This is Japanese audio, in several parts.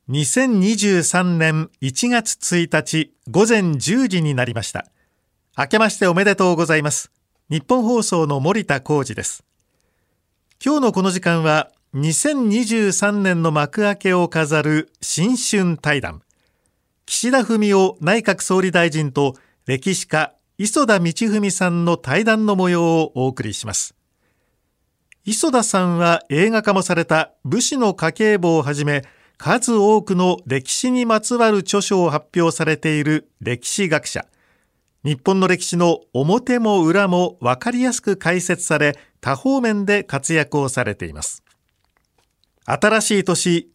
2023年1月1日午前10時になりました。明けましておめでとうございます。日本放送の森田浩二です。今日のこの時間は2023年の幕開けを飾る新春対談、岸田文雄内閣総理大臣と歴史家磯田道文さんの対談の模様をお送りします。磯田さんは映画化もされた武士の家計簿をはじめ、数多くの歴史にまつわる著書を発表されている歴史学者。日本の歴史の表も裏も分かりやすく解説され、多方面で活躍をされています。新しい年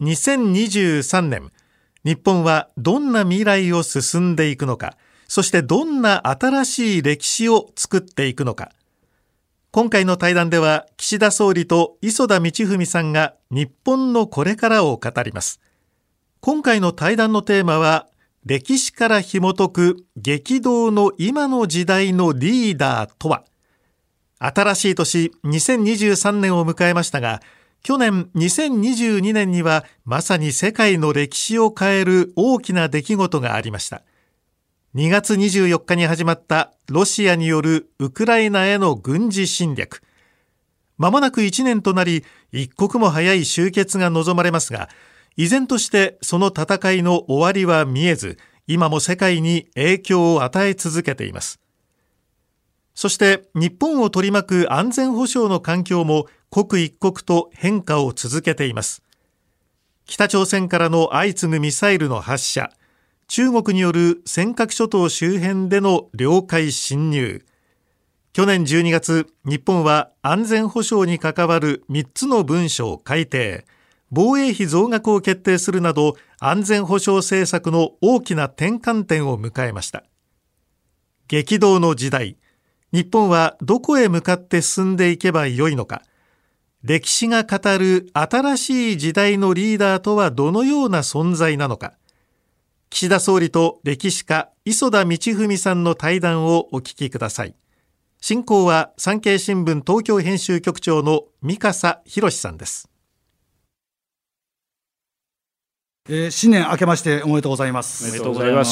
2023年、日本はどんな未来を進んでいくのか、そしてどんな新しい歴史を作っていくのか。今回の対談では岸田総理と磯田道文さんが日本のこれからを語ります。今回の対談のテーマは、歴史から紐解く激動の今の時代のリーダーとは。新しい年2023年を迎えましたが、去年2022年にはまさに世界の歴史を変える大きな出来事がありました。2月24日に始まったロシアによるウクライナへの軍事侵略。まもなく1年となり、一刻も早い終結が望まれますが、依然としてその戦いの終わりは見えず、今も世界に影響を与え続けています。そして日本を取り巻く安全保障の環境も刻一刻と変化を続けています。北朝鮮からの相次ぐミサイルの発射、中国による尖閣諸島周辺での領海侵入。去年12月、日本は安全保障に関わる3つの文書を改定、防衛費増額を決定するなど、安全保障政策の大きな転換点を迎えました。激動の時代、日本はどこへ向かって進んでいけばよいのか。歴史が語る新しい時代のリーダーとはどのような存在なのか。岸田総理と歴史家磯田道文さんの対談をお聞きください。進行は産経新聞東京編集局長の三笠博さんです。 新年明けましておめでとうございます。 おめでとうございます。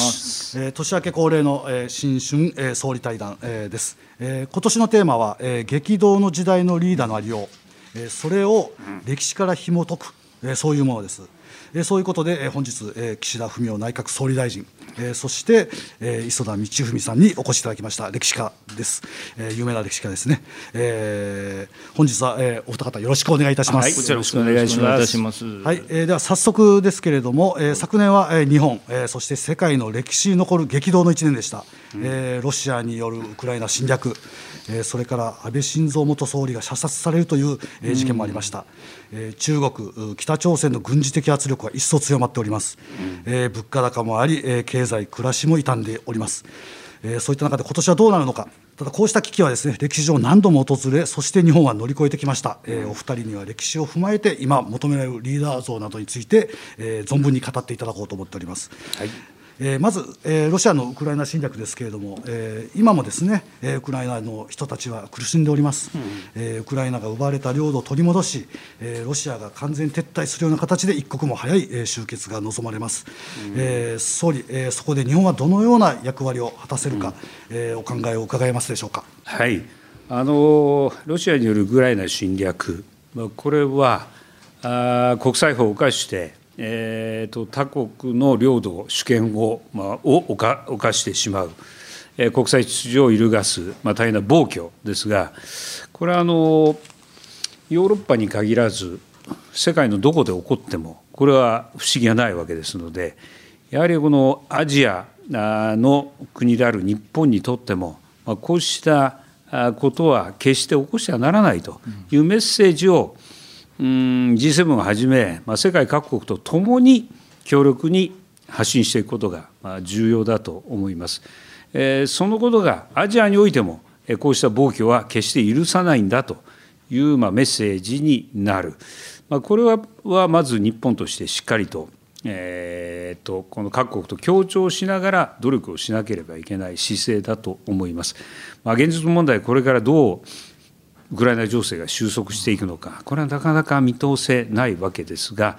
年明け恒例の新春総理対談です。今年のテーマは激動の時代のリーダーのありよう、それを歴史から紐解く、そういうものです。そういうことで本日岸田文雄内閣総理大臣、そして磯田道文さんにお越しいただきました。歴史家です。有名な歴史家ですね。本日はお二方よろしくお願いいたします。 はい、こちらよろしくお願いします。 はい、では早速ですけれども、昨年は日本、そして世界の歴史に残る激動の1年でした。ロシアによるウクライナ侵略、それから安倍晋三元総理が射殺されるという事件もありました。中国、北朝鮮の軍事的圧力は一層強まっております。物価高もあり、経済、暮らしも傷んでおります。そういった中で今年はどうなるのか。ただこうした危機はですね、歴史上何度も訪れ、そして日本は乗り越えてきました。お二人には歴史を踏まえて今求められるリーダー像などについて、存分に語っていただこうと思っております。はい。まず、ロシアのウクライナ侵略ですけれども、今もですね、ウクライナの人たちは苦しんでおります。ウクライナが奪われた領土を取り戻し、ロシアが完全撤退するような形で一刻も早い終結が望まれます。総理、そこで日本はどのような役割を果たせるか、お考えを伺えますでしょうか。 はい、ロシアによるウクライナ侵略、これは国際法を犯して他国の領土、主権を侵してしまう、国際秩序を揺るがす、大変な暴挙ですが、これはヨーロッパに限らず、世界のどこで起こっても、これは不思議がないわけですので、やはりこのアジアの国である日本にとっても、こうしたことは決して起こしてはならないというメッセージを、G7 をはじめ、世界各国とともに強力に発信していくことが重要だと思います。そのことがアジアにおいても、こうした暴挙は決して許さないんだというメッセージになる。これはまず日本としてしっかりと、この各国と協調しながら努力をしなければいけない姿勢だと思います。現実問題、これからどうウクライナ情勢が収束していくのか、これはなかなか見通せないわけですが、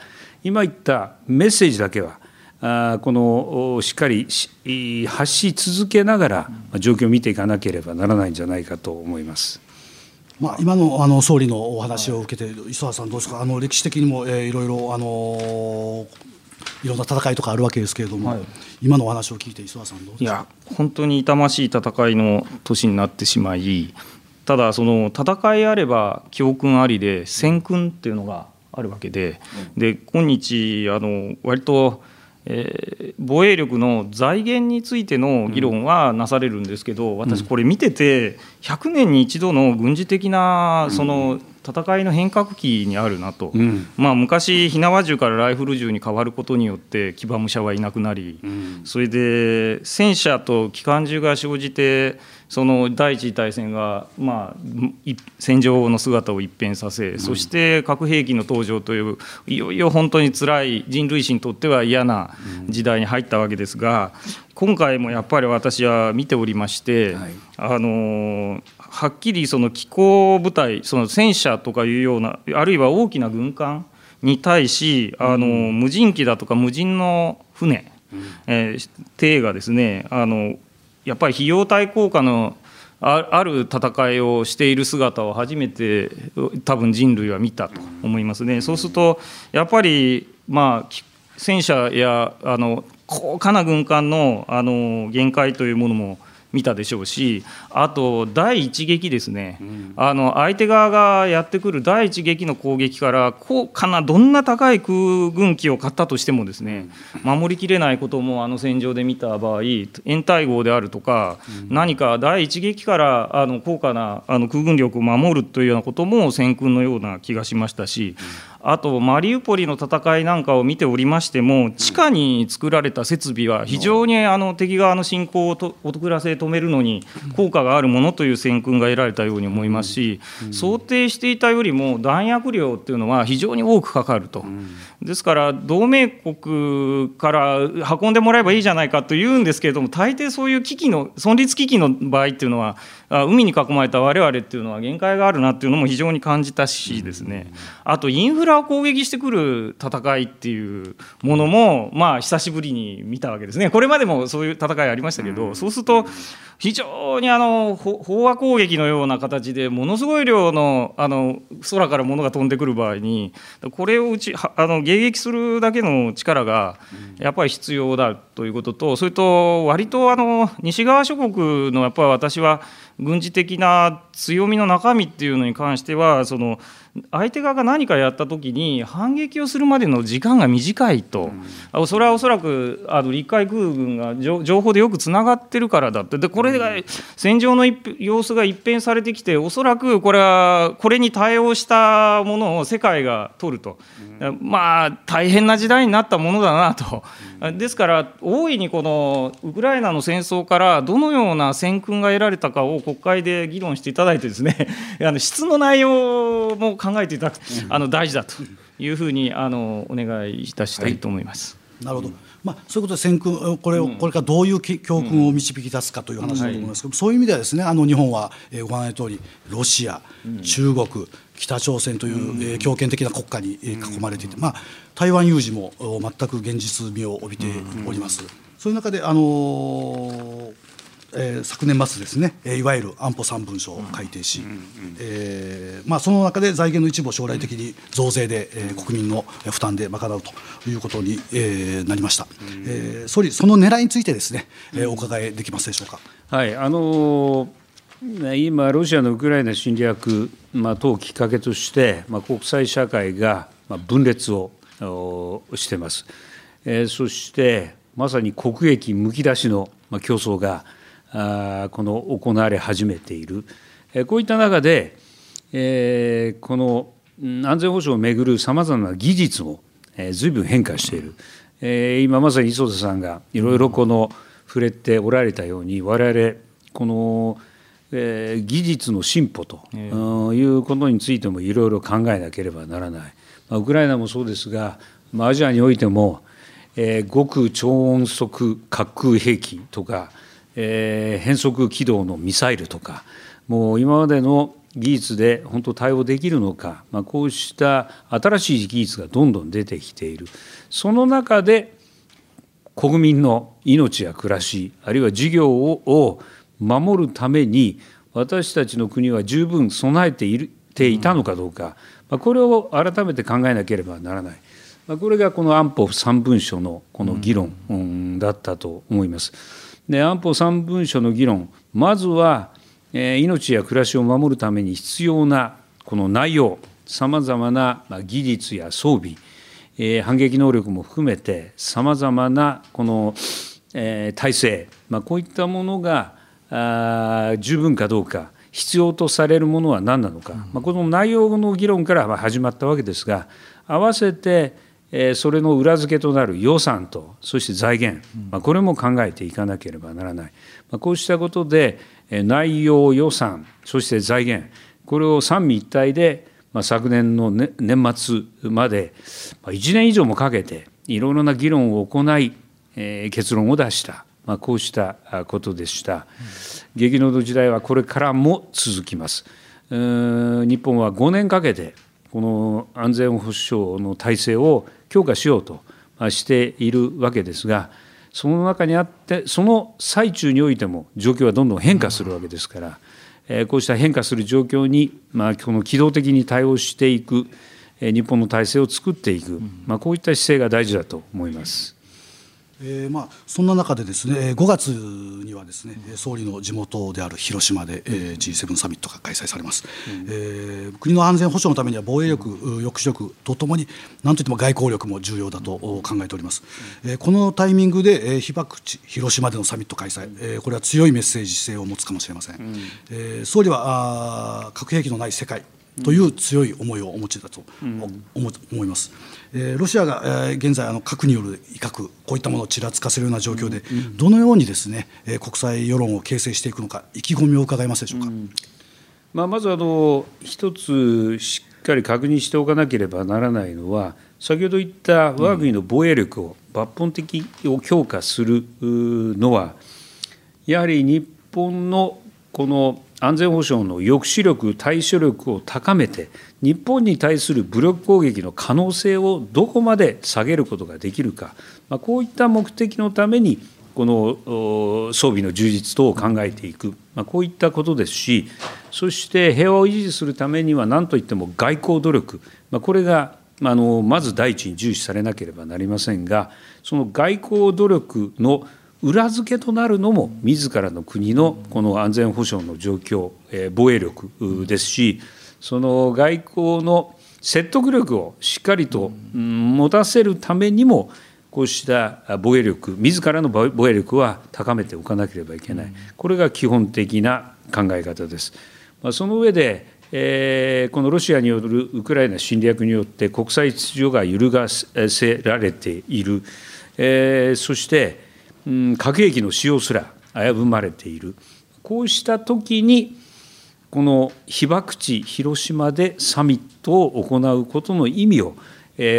今言ったメッセージだけはこのしっかり発し続けながら状況を見ていかなければならないんじゃないかと思います。 今の総理のお話を受けて、磯原さんどうですか。歴史的にもいろいろいろんな戦いとかあるわけですけれども、今のお話を聞いて磯原さんどうですか。 いや本当に痛ましい戦いの年になってしまい、ただその戦いあれば教訓ありで戦訓っていうのがあるわけで、今日割と防衛力の財源についての議論はなされるんですけど、私これ見てて100年に一度の軍事的なその戦いの変革期にあるなと、昔火縄銃からライフル銃に変わることによって騎馬武者はいなくなり、それで戦車と機関銃が生じてその第一次大戦が戦場の姿を一変させ、そして核兵器の登場といういよいよ本当につらい人類史にとっては嫌な時代に入ったわけですが、今回もやっぱり私は見ておりまして、はっきりその機甲部隊、その戦車とかいうような、あるいは大きな軍艦に対し無人機だとか無人の船、艇がですねやっぱり費用対効果のある戦いをしている姿を初めて多分人類は見たと思いますね。そうするとやっぱり戦車や高価な軍艦の限界というものも見たでしょうし、あと第一撃ですね、相手側がやってくる第一撃の攻撃から高価などんな高い空軍機を買ったとしてもですね、守りきれないことも戦場で見た場合、掩体壕であるとか、何か第一撃から高価な空軍力を守るというようなことも戦訓のような気がしましたし、あとマリウポリの戦いなんかを見ておりましても、地下に作られた設備は非常に敵側の侵攻を遅らせ止めるのに効果があるものという戦訓が得られたように思いますし、想定していたよりも弾薬量というのは非常に多くかかると。ですから同盟国から運んでもらえばいいじゃないかというんですけれども、大抵そういう危機の存立危機の場合っていうのは海に囲まれた我々っていうのは限界があるなっていうのも非常に感じたしですね、あとインフラを攻撃してくる戦いっていうものも久しぶりに見たわけですね。これまでもそういう戦いありましたけど、そうすると非常に飽和攻撃のような形でものすごい量の空から物が飛んでくる場合に、これを迎撃するだけの力がやっぱり必要だということと、それと割と西側諸国のやっぱり私は軍事的な強みの中身っていうのに関しては、その相手側が何かやったときに反撃をするまでの時間が短いと、それはおそらく陸海空軍が情報でよくつながってるからだって。でこれが戦場の様子が一変されてきて、おそらくこれに対応したものを世界が取ると、大変な時代になったものだなと。ですから大いにこのウクライナの戦争からどのような戦訓が得られたかを国会で議論していただいてですね質の内容も考えていただく大事だというふうにお願いいたしたいと思います。 なるほど。そういうことで戦訓、これからどういう教訓を導き出すかという話だと思いますけど、そういう意味ではですね、日本はご案内の通りロシア、中国、北朝鮮という強権的な国家に囲まれていて、台湾有事も全く現実味を帯びております。そういう中で昨年末ですね、いわゆる安保3文書を改定し、その中で財源の一部を将来的に増税で、国民の負担で賄うということに、なりました。総理、その狙いについてですね、お伺いできますでしょうか。 はい、今、ロシアのウクライナ侵略等をきっかけとして、国際社会が分裂をしています。そしてまさに国益むき出しの競争が行われ始めている、こういった中で、この安全保障をめぐるさまざまな技術もずいぶん変化している、今まさに磯田さんがいろいろ触れておられたように、我々この技術の進歩ということについてもいろいろ考えなければならない。ウクライナもそうですが、アジアにおいても極超音速滑空兵器とか変則軌道のミサイルとか、もう今までの技術で本当対応できるのか、こうした新しい技術がどんどん出てきている、その中で国民の命や暮らし、あるいは事業を守るために、私たちの国は十分備えていたのかどうか、これを改めて考えなければならない。これがこの安保3文書のこの議論だったと思います。で、安保3文書の議論、まずは命や暮らしを守るために必要なこの内容、さまざまな技術や装備、反撃能力も含めてさまざまなこの体制、こういったものが十分かどうか、必要とされるものは何なのか、この内容の議論から始まったわけですが、合わせてそれの裏付けとなる予算と、そして財源、これも考えていかなければならない。こうしたことで、内容、予算、そして財源、これを三位一体で、昨年の年末まで1年以上もかけて、いろいろな議論を行い、結論を出した。こうしたことでした。激動の時代はこれからも続きます。日本は5年かけてこの安全保障の体制を強化しようとしているわけですが、その中にあって、その最中においても状況はどんどん変化するわけですから、こうした変化する状況に、この機動的に対応していく、日本の体制を作っていく、こういった姿勢が大事だと思います。 そんな中でですね、5月にはですね、総理の地元である広島で G7 サミットが開催されます。国の安全保障のためには防衛力、抑止力とともに何といっても外交力も重要だと考えております。このタイミングで被爆地広島でのサミット開催、これは強いメッセージ性を持つかもしれません。総理は核兵器のない世界という強い思いをお持ちだと思います。ロシアが現在核による威嚇、こういったものをちらつかせるような状況で、どのようにですね、国際世論を形成していくのか、意気込みを伺えますでしょうか。 まず一つしっかり確認しておかなければならないのは、先ほど言った我が国の防衛力を抜本的を強化するのは、やはり日本のこの安全保障の抑止力、対処力を高めて、日本に対する武力攻撃の可能性をどこまで下げることができるか、こういった目的のために、この装備の充実等を考えていく、こういったことですし、そして平和を維持するためには、何といっても外交努力、これがまず第一に重視されなければなりませんが、その外交努力の裏付けとなるのも、自らの国のこの安全保障の状況、防衛力ですし、その外交の説得力をしっかりと持たせるためにも、こうした防衛力、自らの防衛力は高めておかなければいけない、これが基本的な考え方です。その上で、このロシアによるウクライナ侵略によって国際秩序が揺るがせられている、そして核兵器の使用すら危ぶまれている、こうしたときに、この被爆地、広島でサミットを行うことの意味を、我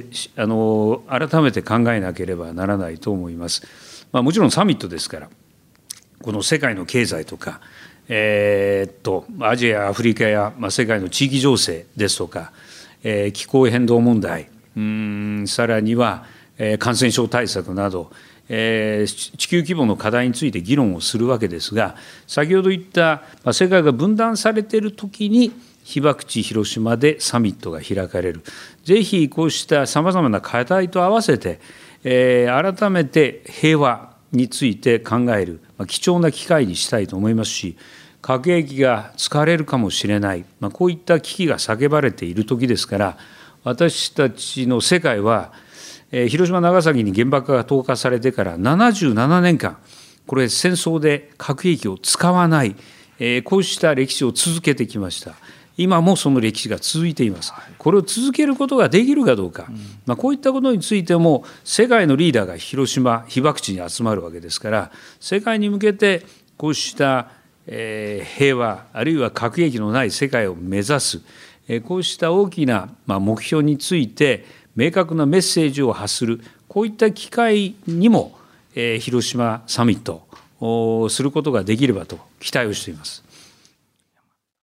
々改めて考えなければならないと思います。もちろんサミットですから、この世界の経済とか、アジアやアフリカや、世界の地域情勢ですとか、気候変動問題、さらには、感染症対策など、地球規模の課題について議論をするわけですが、先ほど言った世界が分断されているときに、被爆地広島でサミットが開かれる、ぜひこうしたさまざまな課題と合わせて、改めて平和について考える、貴重な機会にしたいと思いますし、核兵器が使われるかもしれない、こういった危機が叫ばれているときですから、私たちの世界は、広島、長崎に原爆が投下されてから77年間、これ、戦争で核兵器を使わない、こうした歴史を続けてきました。今もその歴史が続いています。これを続けることができるかどうか、こういったことについても、世界のリーダーが広島、被爆地に集まるわけですから、世界に向けて、こうした平和、あるいは核兵器のない世界を目指す、こうした大きな目標について、明確なメッセージを発する、こういった機会にも、広島サミットをすることができればと期待をしています。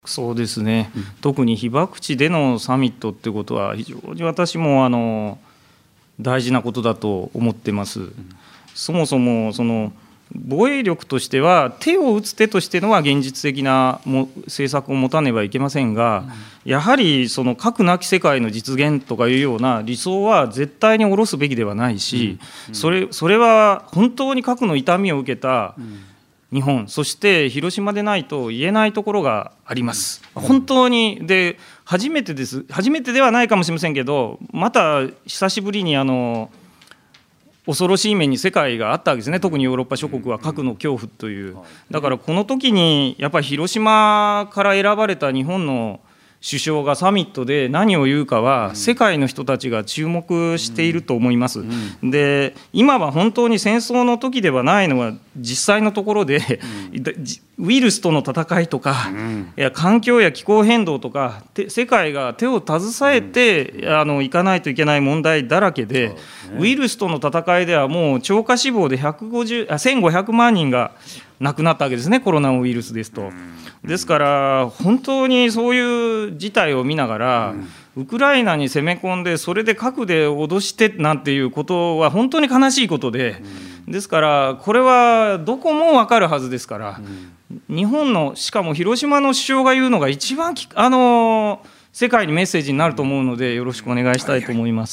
そうですね、特に被爆地でのサミットってことは非常に私も大事なことだと思ってます。そもそも防衛力としては手を打つ手としてのは現実的な政策を持たねばいけませんが、やはり核なき世界の実現とかいうような理想は絶対に下ろすべきではないし、それは本当に核の痛みを受けた日本、そして広島でないと言えないところがあります。本当にで初めてではないかもしれませんけど、また久しぶりに恐ろしい目に世界があったわけですね。特にヨーロッパ諸国は核の恐怖という。だからこの時にやっぱり広島から選ばれた日本の首相がサミットで何を言うかは世界の人たちが注目していると思います。で今は本当に戦争の時ではないのは実際のところで、ウイルスとの戦いとか、環境や気候変動とか世界が手を携えていかないといけない問題だらけで、ウイルスとの戦いではもう超過死亡で1500万人が亡くなったわけですね、コロナウイルスですと。ですから本当にそういう事態を見ながら、ウクライナに攻め込んでそれで核で脅してなんていうことは本当に悲しいことで、ですからこれはどこも分かるはずですから、日本のしかも広島の首相が言うのが一番世界にメッセージになると思うので、よろしくお願いしたいと思います。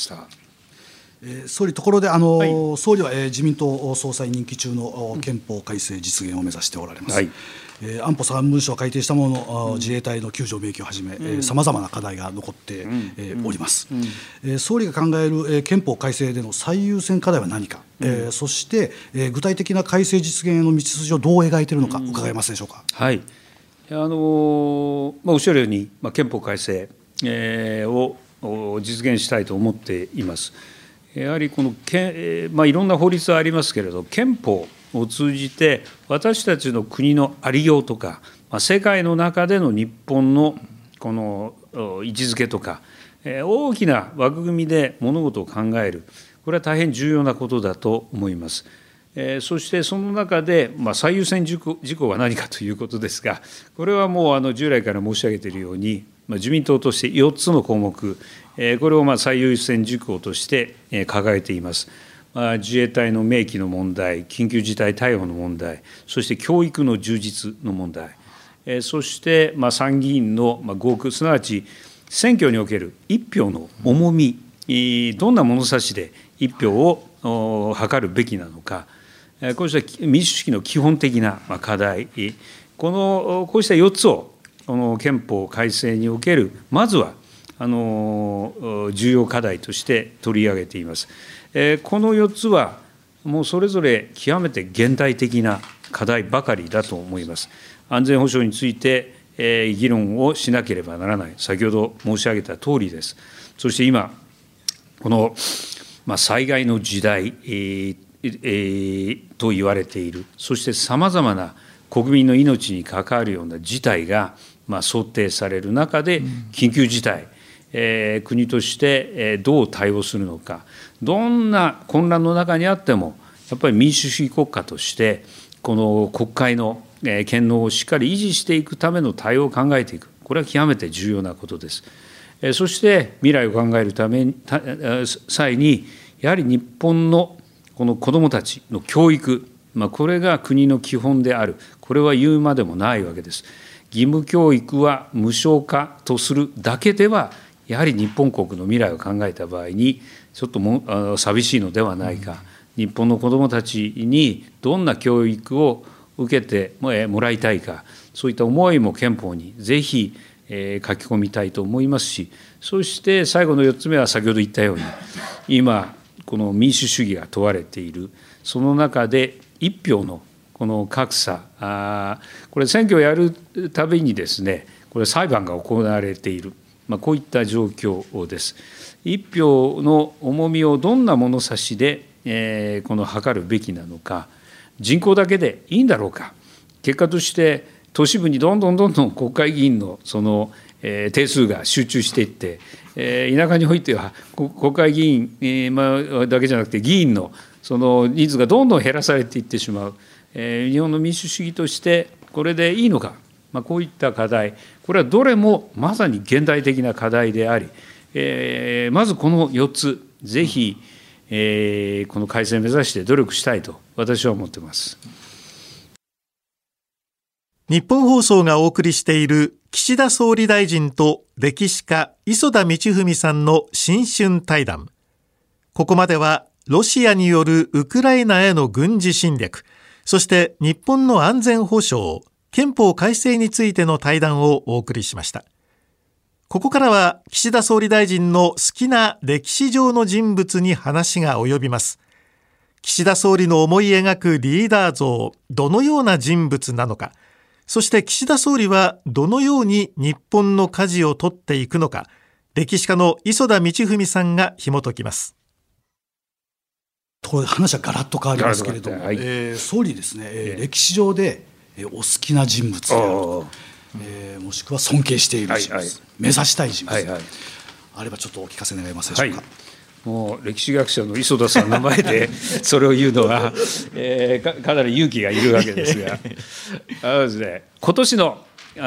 総理、ところで総理は自民党総裁任期中の憲法改正実現を目指しておられます。安保3文書を改定したものの自衛隊の救助明記をはじめさまざまな課題が残っております。総理が考える憲法改正での最優先課題は何か、そして具体的な改正実現への道筋をどう描いているのか伺えますでしょうか。 はい、おっしゃるように、憲法改正を実現したいと思っています。やはりこのいろんな法律はありますけれど、憲法を通じて私たちの国のありようとか、世界の中での日本のこの位置づけとか、大きな枠組みで物事を考える、これは大変重要なことだと思います。そしてその中で、最優先事項は何かということですが、これはもう従来から申し上げているように、自民党として4つの項目、これを最優先事項として掲げています。自衛隊の明記の問題、緊急事態対応の問題、そして教育の充実の問題、そして参議院の合区、すなわち選挙における一票の重み、どんな物差しで一票を図るべきなのか、こうした民主主義の基本的な課題、こうした4つをこの憲法改正におけるまずは重要課題として取り上げています。この4つはもうそれぞれ極めて現代的な課題ばかりだと思います。安全保障について議論をしなければならない、先ほど申し上げた通りです。そして今この災害の時代と言われている、そしてさまざまな国民の命に関わるような事態が想定される中で、緊急事態、国としてどう対応するのか、どんな混乱の中にあっても、やっぱり民主主義国家として、この国会の権能をしっかり維持していくための対応を考えていく、これは極めて重要なことです。そして未来を考えるために際に、やはり日本のこの子どもたちの教育、これが国の基本である、これは言うまでもないわけです。義務教育は無償化とするだけでは、やはり日本国の未来を考えた場合に、ちょっと寂しいのではないか、日本の子どもたちにどんな教育を受けてもらいたいか、そういった思いも憲法にぜひ書き込みたいと思いますし、そして最後の4つ目は先ほど言ったように、今、この民主主義が問われている、その中で一票のこの格差、これ、選挙をやるたびにですね、これ、裁判が行われている、こういった状況です。一票の重みをどんな物差しでこの測るべきなのか、人口だけでいいんだろうか、結果として都市部にどんどん国会議員のその定数が集中していって、田舎においては国会議員、だけじゃなくて議員のその人数がどんどん減らされていってしまう。日本の民主主義としてこれでいいのか、 こういった課題、これはどれもまさに現代的な課題であり、まずこの4つ、ぜひ、この改正を目指して努力したいと私は思っています。 日本放送がお送りしている岸田総理大臣と歴史家磯田道文さんの新春対談。ここまではロシアによるウクライナへの軍事侵略、そして日本の安全保障、憲法改正についての対談をお送りしました。ここからは岸田総理大臣の好きな歴史上の人物に話が及びます。岸田総理の思い描くリーダー像、どのような人物なのか、そして岸田総理はどのように日本の舵を取っていくのか、歴史家の磯田道文さんが紐解きます。 話はガラッと変わりますけれども、総理ですね、歴史上でお好きな人物であるとか、もしくは尊敬している人物、目指したい人物、あればちょっとお聞かせ願えますでしょうか。 もう歴史学者の磯田さんの前でそれを言うのは、かなり勇気がいるわけですがですね、今年の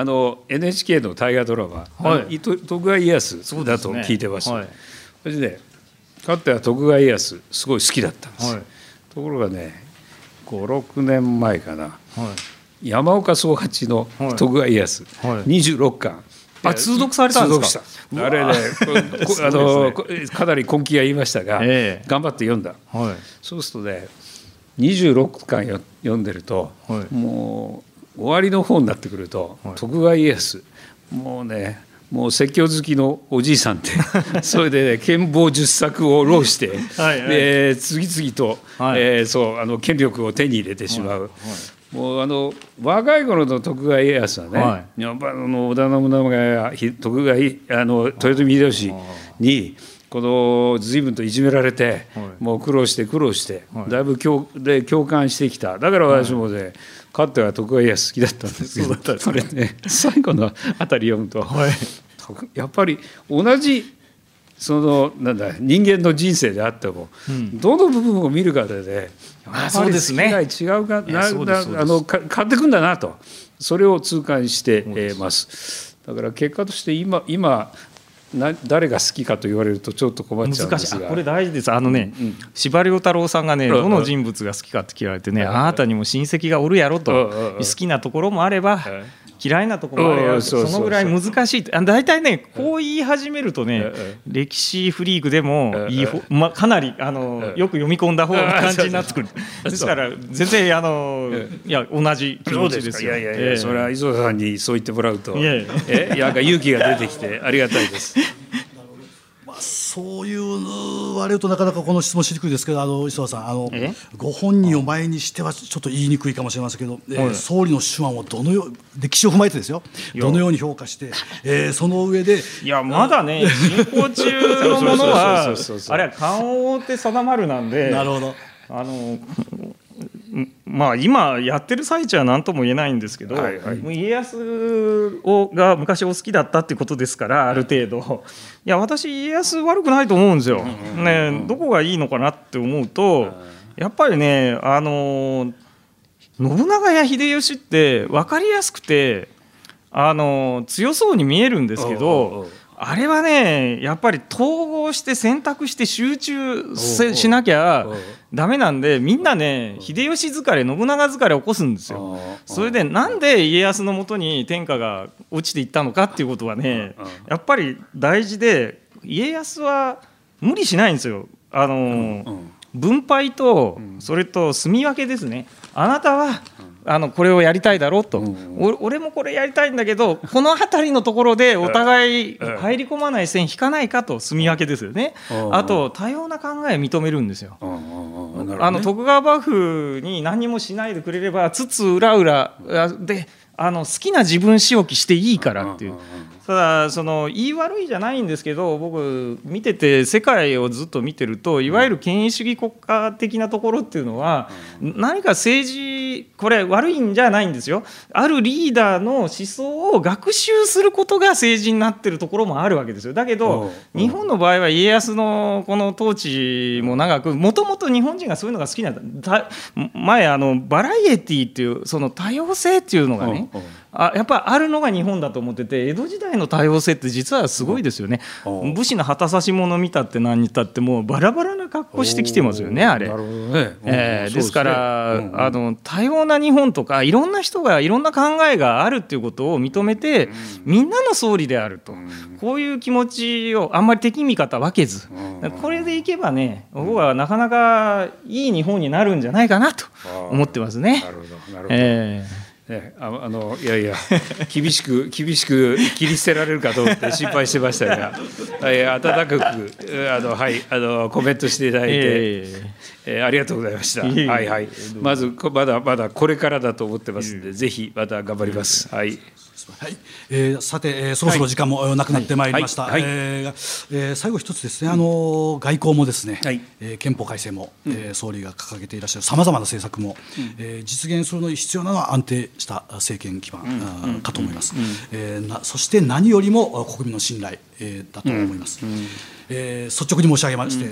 NHK の大河ドラマ、徳川家康だと聞いてます。それでね、かつては徳川家康すごい好きだったんです、ところがね、5、6年前かな、山岡宗八の徳川家康、26巻通読されたんですか。 あれね、かなり根気が言いましたが、頑張って読んだ、そうするとね、26巻読んでると、もう終わりの方になってくると、徳川家康もうね、もう説教好きのおじいさんってそれで、ね、権謀術策を浪して、で次々と、権力を手に入れてしまう。もう若い頃の徳川家康はね、やっぱ織田信長や徳川豊臣秀吉に随分といじめられて、もう苦労してだいぶ共感してきた。だから私もね、かつては徳川家康好きだったんですけど、それね、最後のあたり読むと、やっぱり同じ人間の人生であっても、どの部分を見るかでね、やっぱり好きが違うか、変わってくんだなと、それを痛感してます。だから結果として今誰が好きかと言われるとちょっと困っちゃうんですが、 これ大事です。司馬遼太郎さんがね、どの人物が好きかって聞かれてね、あなたにも親戚がおるやろと、好きなところもあれば嫌いなところもあれば、そのぐらい難しい。大体ね、こう言い始めるとね、歴史フリークでもかなりよく読み込んだ方が感じになってくる。ですから全然同じ気持ちですよ。 それは磯田さんにそう言ってもらうと、勇気が出てきてありがたいです。 そう言われるとなかなかこの質問しにくいですけど、磯田さん、ご本人を前にしてはちょっと言いにくいかもしれませんけど、総理の手腕を歴史を踏まえてですよ、どのように評価して、その上でまだね、進行中のものはあれは官王って定まるなんで、 なるほど、 今やってる最中は何とも言えないんですけど、家康が昔お好きだったっていうことですから、ある程度私家康悪くないと思うんですよ、どこがいいのかなって思うと、やっぱりね、信長や秀吉って分かりやすくて強そうに見えるんですけど、あれはね、やっぱり統合して選択して集中しなきゃダメなんで、みんなね、秀吉疲れ信長疲れ起こすんですよ。それでなんで家康のもとに天下が落ちていったのかっていうことはね、やっぱり大事で、家康は無理しないんですよ。分配とそれと住み分けですね。あなたはこれをやりたいだろうと、俺もこれやりたいんだけど、この辺りのところでお互い入り込まない線引かないかと、住み分けですよね。あと多様な考えを認めるんですよ。徳川幕府に何もしないでくれれば、つつ裏裏で好きな自分仕置きしていいからっていう。ただ言い悪いじゃないんですけど、僕見てて世界をずっと見てると、いわゆる権威主義国家的なところっていうのは、何か政治これ悪いんじゃないんですよ。あるリーダーの思想を学習することが政治になってるところもあるわけですよ。だけど日本の場合は家康のこの統治も長く、もともと日本人がそういうのが好きなんだ。前バラエティっていうその多様性っていうのがね、 やっぱりあるのが日本だと思ってて、江戸時代の多様性って実はすごいですよね。武士の旗差し物見たって何見たってもうバラバラな格好してきてますよね、あれ。 なるほどね。 ですから、多様な日本とかいろんな人がいろんな考えがあるっていうことを認めて、みんなの総理であると、こういう気持ちをあんまり敵味方分けず、これでいけばね、僕はなかなかいい日本になるんじゃないかなと思ってますね。 なるほど、なるほど。いやいや厳しく切り捨てられるかと思って心配してましたが、温かくコメントしていただいて、ありがとうございました。はいはい、まだこれからだと思ってますので、ぜひまた頑張ります。はい。 はい、さて、そろそろ時間もなくなってまいりました。最後一つですね、外交もですね、憲法改正も、総理が掲げていらっしゃるさまざまな政策も、実現するのに必要なのは安定した政権基盤、かと思います。そして何よりも国民の信頼、だと思います。率直に申し上げまして、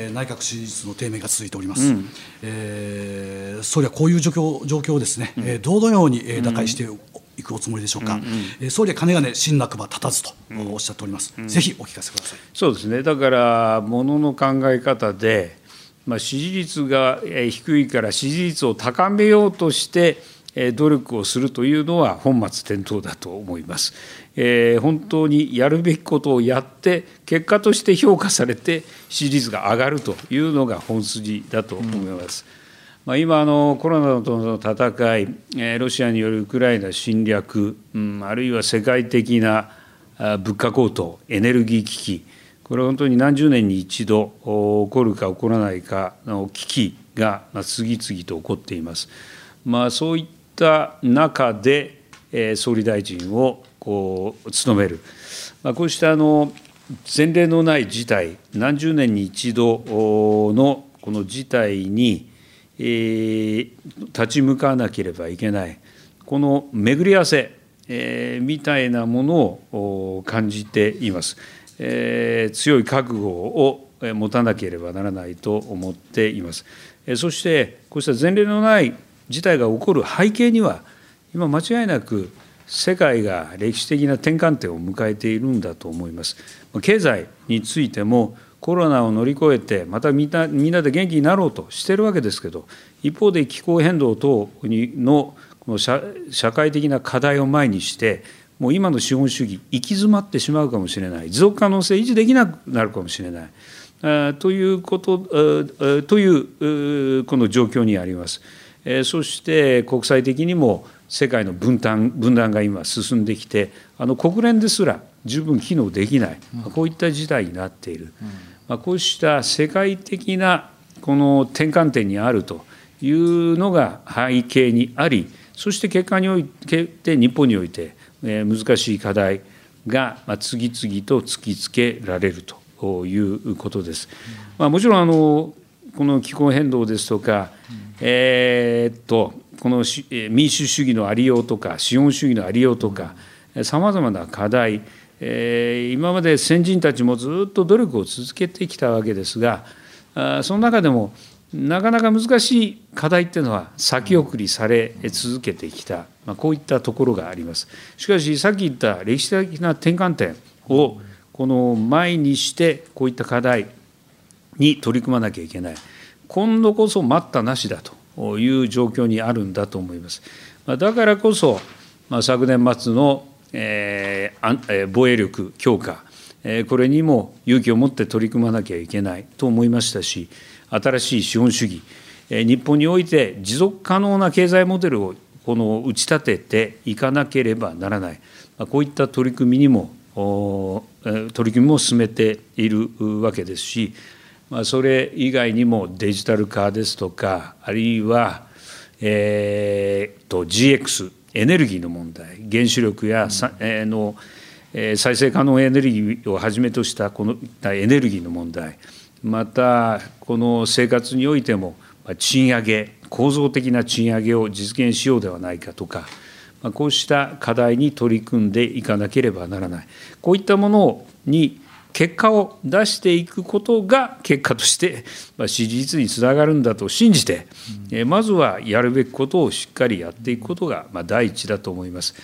内閣支持率の低迷が続いております。総理はこういう状況をですね、どのように打開していくおつもりでしょうか。総理はかねがね信なくば立たずとおっしゃっております。ぜひお聞かせください。 そうですね。だからものの考え方で、支持率が低いから支持率を高めようとして努力をするというのは本末転倒だと思います。本当にやるべきことをやって結果として評価されて支持率が上がるというのが本筋だと思います。今コロナとの戦い、ロシアによるウクライナ侵略、あるいは世界的な物価高騰、エネルギー危機、これは本当に何十年に一度起こるか起こらないかの危機が次々と起こっています。そういった中で総理大臣を務める、こうした前例のない事態、何十年に一度のこの事態に立ち向かわなければいけない、この巡り合わせ、みたいなものを感じています。強い覚悟を持たなければならないと思っています。そしてこうした前例のない事態が起こる背景には、今間違いなく世界が歴史的な転換点を迎えているんだと思います。経済についてもコロナを乗り越えてまたみんなで元気になろうとしているわけですけど、一方で気候変動等のこの社会的な課題を前にして、もう今の資本主義行き詰まってしまうかもしれない、持続可能性維持できなくなるかもしれないというこの状況にあります。そして国際的にも世界の分断が今進んできて、国連ですら十分機能できない、こういった事態になっている。こうした世界的なこの転換点にあるというのが背景にあり、そして結果において日本において難しい課題が次々と突きつけられるということです。もちろんこの気候変動ですとか、この民主主義のありようとか資本主義のありようとかさまざまな課題、今まで先人たちもずっと努力を続けてきたわけですが、その中でもなかなか難しい課題っていうのは先送りされ続けてきた、こういったところがあります。しかしさっき言った歴史的な転換点をこの前にしてこういった課題に取り組まなきゃいけない、今度こそ待ったなしだという状況にあるんだと思います。だからこそ昨年末の防衛力強化、これにも勇気を持って取り組まなきゃいけないと思いましたし、新しい資本主義、日本において持続可能な経済モデルを打ち立てていかなければならない、こういった取り組みも進めているわけですし、それ以外にもデジタル化ですとか、あるいは、GX、エネルギーの問題、原子力や再生可能エネルギーをはじめとしたこのエネルギーの問題、またこの生活においても賃上げ、構造的な賃上げを実現しようではないかとか、こうした課題に取り組んでいかなければならない、こういったものに結果を出していくことが結果として支持率につながるんだと信じて、まずはやるべきことをしっかりやっていくことが第一だと思います。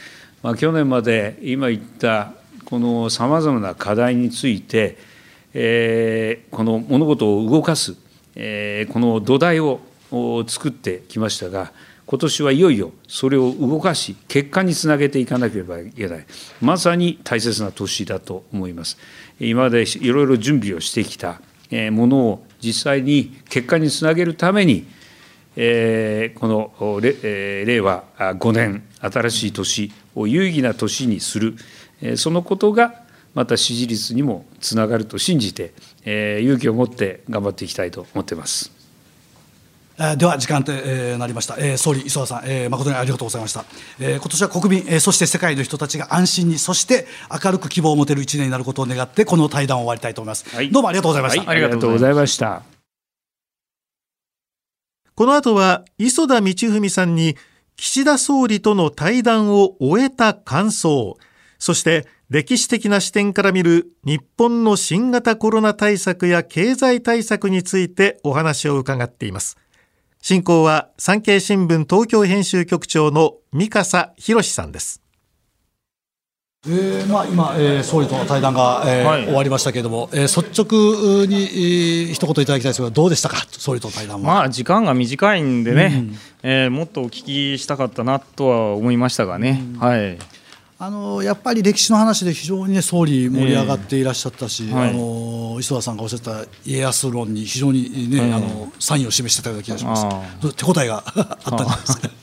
去年まで今言ったこのさまざまな課題について、この物事を動かす、この土台を作ってきましたが、今年はいよいよそれを動かし、結果につなげていかなければいけない、まさに大切な年だと思います。今までいろいろ準備をしてきたものを実際に結果につなげるために、この令和5年、新しい年を有意義な年にする、そのことがまた支持率にもつながると信じて、勇気を持って頑張っていきたいと思っています。 では時間となりました。総理磯田さん、誠にありがとうございました。今年は国民、そして世界の人たちが安心に、そして明るく希望を持てる一年になることを願って、この対談を終わりたいと思います。はい、どうもありがとうございました。 はい、ありがとうございました。 この後は磯田道文さんに岸田総理との対談を終えた感想、そして歴史的な視点から見る日本の新型コロナ対策や経済対策についてお話を伺っています。進行は産経新聞東京編集局長の三笠博さんです。 今、総理との対談が、終わりましたけれども、率直に、一言いただきたいですが、どうでしたか、総理との対談は。 時間が短いんでね、もっとお聞きしたかったなとは思いましたがね。 やっぱり歴史の話で非常に、総理盛り上がっていらっしゃったし、磯田さんがおっしゃった家康論に非常に、賛意を示してたような気がします。手応えがあったんじゃないですか。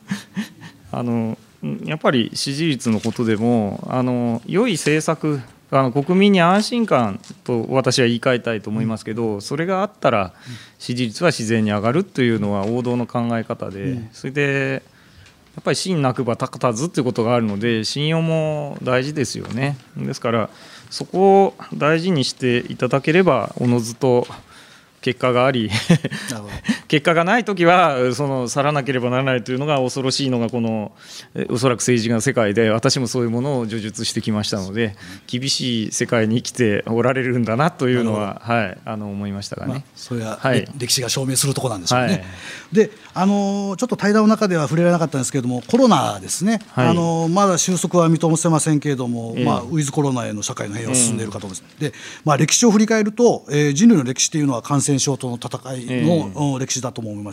やっぱり支持率のことでも良い政策、国民に安心感と私は言い換えたいと思いますけど、それがあったら支持率は自然に上がるというのは王道の考え方で、それでやっぱり信なくば立たずということがあるので、信用も大事ですよね。ですからそこを大事にしていただければおのずと結果があり結果がないときは去らなければならないというのが恐ろしいのがこのおそらく政治の世界で、私もそういうものを叙述してきましたので、厳しい世界に生きておられるんだなというのは、思いましたがね。 それは、歴史が証明するところなんでしょうね。でちょっと対談の中では触れられなかったんですけれども、コロナですね、まだ収束は見通せませんけれども、ウィズコロナへの社会の変容が進んでいるかと思います。で、歴史を振り返ると、人類の歴史というのは感染症との戦いの歴史だと思います。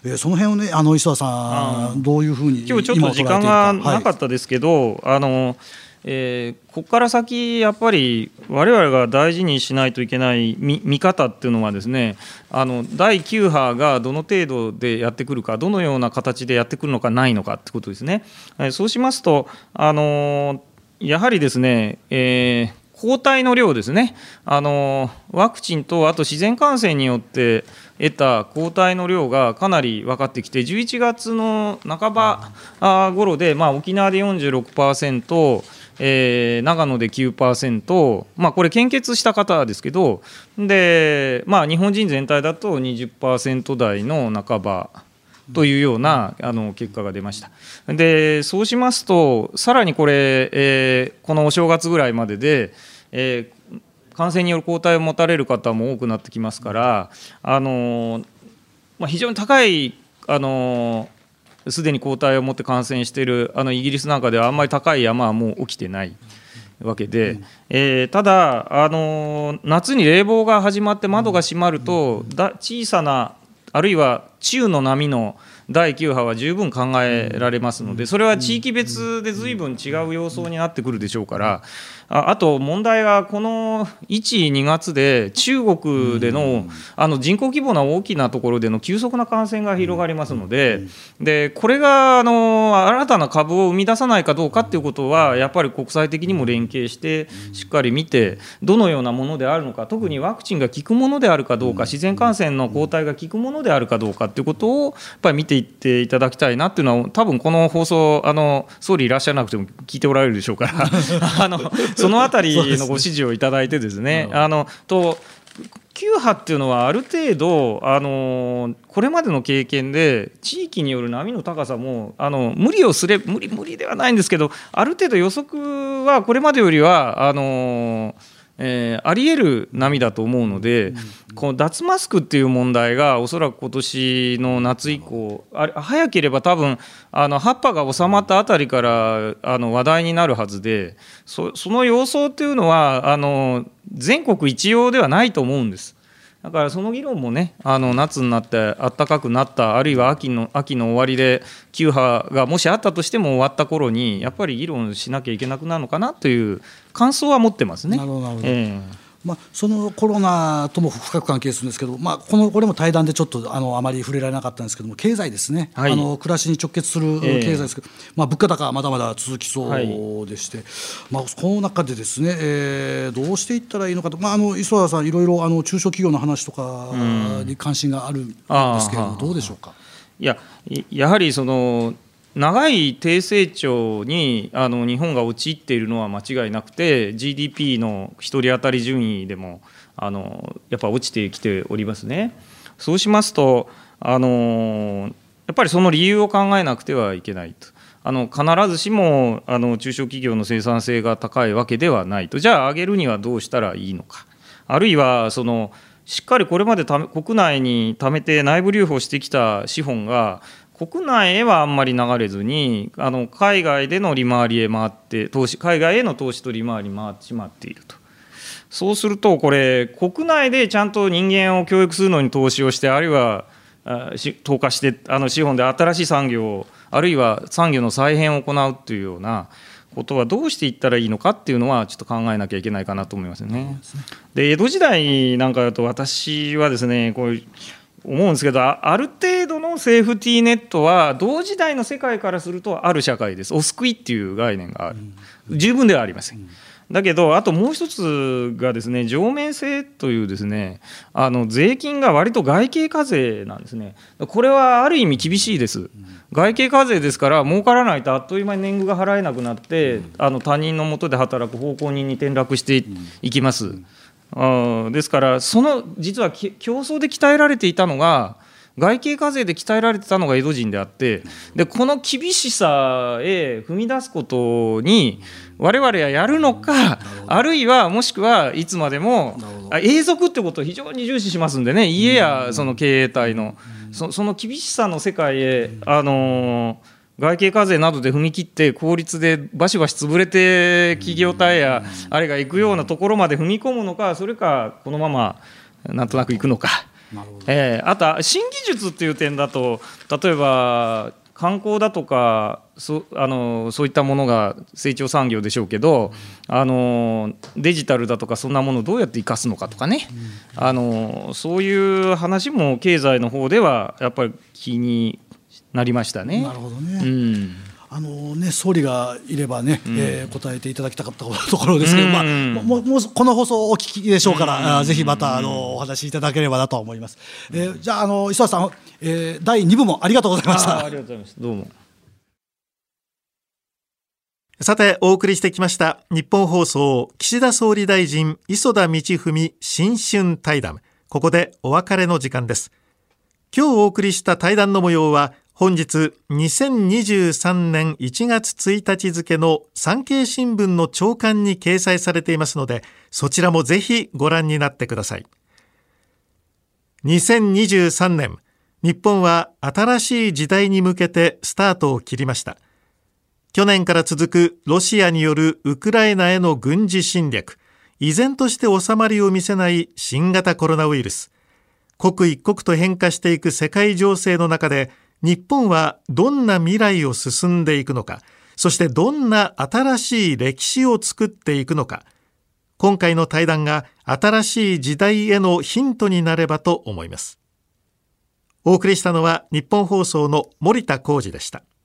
その辺をね、磯田さんどういうふうに今日ちょっと時間がなかったですけど、ここから先やっぱり我々が大事にしないといけない見方っていうのはですね、第9波がどの程度でやってくるか、どのような形でやってくるのかないのかってことですね。そうしますとやはりですね、抗体の量ですね、ワクチンとあと自然感染によって得た抗体の量がかなり分かってきて、11月の半ば頃で、沖縄で 46%、長野で 9%、これ献血した方ですけど、で、日本人全体だと 20% 台の半ばというような結果が出ました。でそうしますと、さらにこれ、このお正月ぐらいまでで、感染による抗体を持たれる方も多くなってきますから、非常に高いすでに抗体を持って感染しているイギリスなんかではあんまり高い山はもう起きてないわけで、ただ夏に冷房が始まって窓が閉まると、小さなあるいは中の波の第9波は十分考えられますので、それは地域別で随分違う様相になってくるでしょうから、あと問題はこの1、2月で中国での人口規模の大きなところでの急速な感染が広がりますので、これが新たな株を生み出さないかどうかということは、やっぱり国際的にも連携してしっかり見て、どのようなものであるのか、特にワクチンが効くものであるかどうか、自然感染の抗体が効くものであるかどうかということをやっぱり見ていっていただきたいなというのは、多分この放送総理いらっしゃらなくても聞いておられるでしょうからそのあたりのご指示をいただいてですね、9波っていうのはある程度これまでの経験で地域による波の高さも無理ではないんですけど、ある程度予測はこれまでよりはあり得る波だと思うので、この脱マスクっていう問題がおそらく今年の夏以降、早ければ多分葉っぱが収まったあたりから話題になるはずで、その様相っていうのは全国一様ではないと思うんです。だからその議論もね、夏になって暖かくなった、あるいは秋の終わりで9波がもしあったとしても終わった頃にやっぱり議論しなきゃいけなくなるのかなという感想は持ってますね。 なるほどなるほど。そのコロナとも深く関係するんですけど、これも対談でちょっとあまり触れられなかったんですけども、経済ですね、暮らしに直結する経済ですけど、物価高はまだまだ続きそうでして、この中でですね、どうしていったらいいのかと、磯田さんいろいろ中小企業の話とかに関心があるんですけれども、どうでしょうか。 やはりその長い低成長に日本が陥っているのは間違いなくて、 GDP の1人当たり順位でもやっぱ落ちてきておりますね。そうしますとやっぱりその理由を考えなくてはいけないと。必ずしも中小企業の生産性が高いわけではないと。じゃあ上げるにはどうしたらいいのか、あるいはしっかりこれまで国内に貯めて内部留保してきた資本が国内へはあんまり流れずに海外での利回りへ回って海外への投資と利回りに回ってしまっていると。そうするとこれ国内でちゃんと人間を教育するのに投資をして、あるいは投下して資本で新しい産業、あるいは産業の再編を行うというようなことはどうしていったらいいのかっていうのはちょっと考えなきゃいけないかなと思いますね。で江戸時代なんかだと私はですねこう思うんですけど、ある程度のセーフティーネットは同時代の世界からするとある社会です。お救いっていう概念がある、十分ではありません。だけどあともう一つがですね、上面性というですね税金が割と外形課税なんですね。これはある意味厳しいです。外形課税ですから儲からないとあっという間に年貢が払えなくなって他人の下で働く奉公人に転落していきます。ですから実は競争で鍛えられていたのが、外形課税で鍛えられてたのが江戸人であって、でこの厳しさへ踏み出すことに我々はやるのか、あるいはもしくはいつまでも永続ってことを非常に重視しますんでね、家やその経営体のその厳しさの世界へ外形課税などで踏み切って効率でバシバシ潰れて企業体やあれが行くようなところまで踏み込むのか、それかこのままなんとなく行くのか。あとは新技術っていう点だと、例えば観光だとかそういったものが成長産業でしょうけど、デジタルだとかそんなものをどうやって生かすのかとかね、そういう話も経済の方ではやっぱり気になりましたね。 なるほどね。総理がいればね、答えていただきたかったところですけど、もうこの放送をお聞きでしょうから、ぜひまたお話しいただければなと思います。じゃあ磯田さん、第2部もありがとうございました。 ありがとうございます。どうも。 さてお送りしてきました日本放送岸田総理大臣磯田道文新春対談、ここでお別れの時間です。今日お送りした対談の模様は本日2023年1月1日付の産経新聞の朝刊に掲載されていますので、そちらもぜひご覧になってください。2023年、日本は新しい時代に向けてスタートを切りました。去年から続くロシアによるウクライナへの軍事侵略、依然として収まりを見せない新型コロナウイルス、刻一刻と変化していく世界情勢の中で、日本はどんな未来を進んでいくのか、そしてどんな新しい歴史を作っていくのか、今回の対談が新しい時代へのヒントになればと思います。お送りしたのは日本放送の森田浩二でした。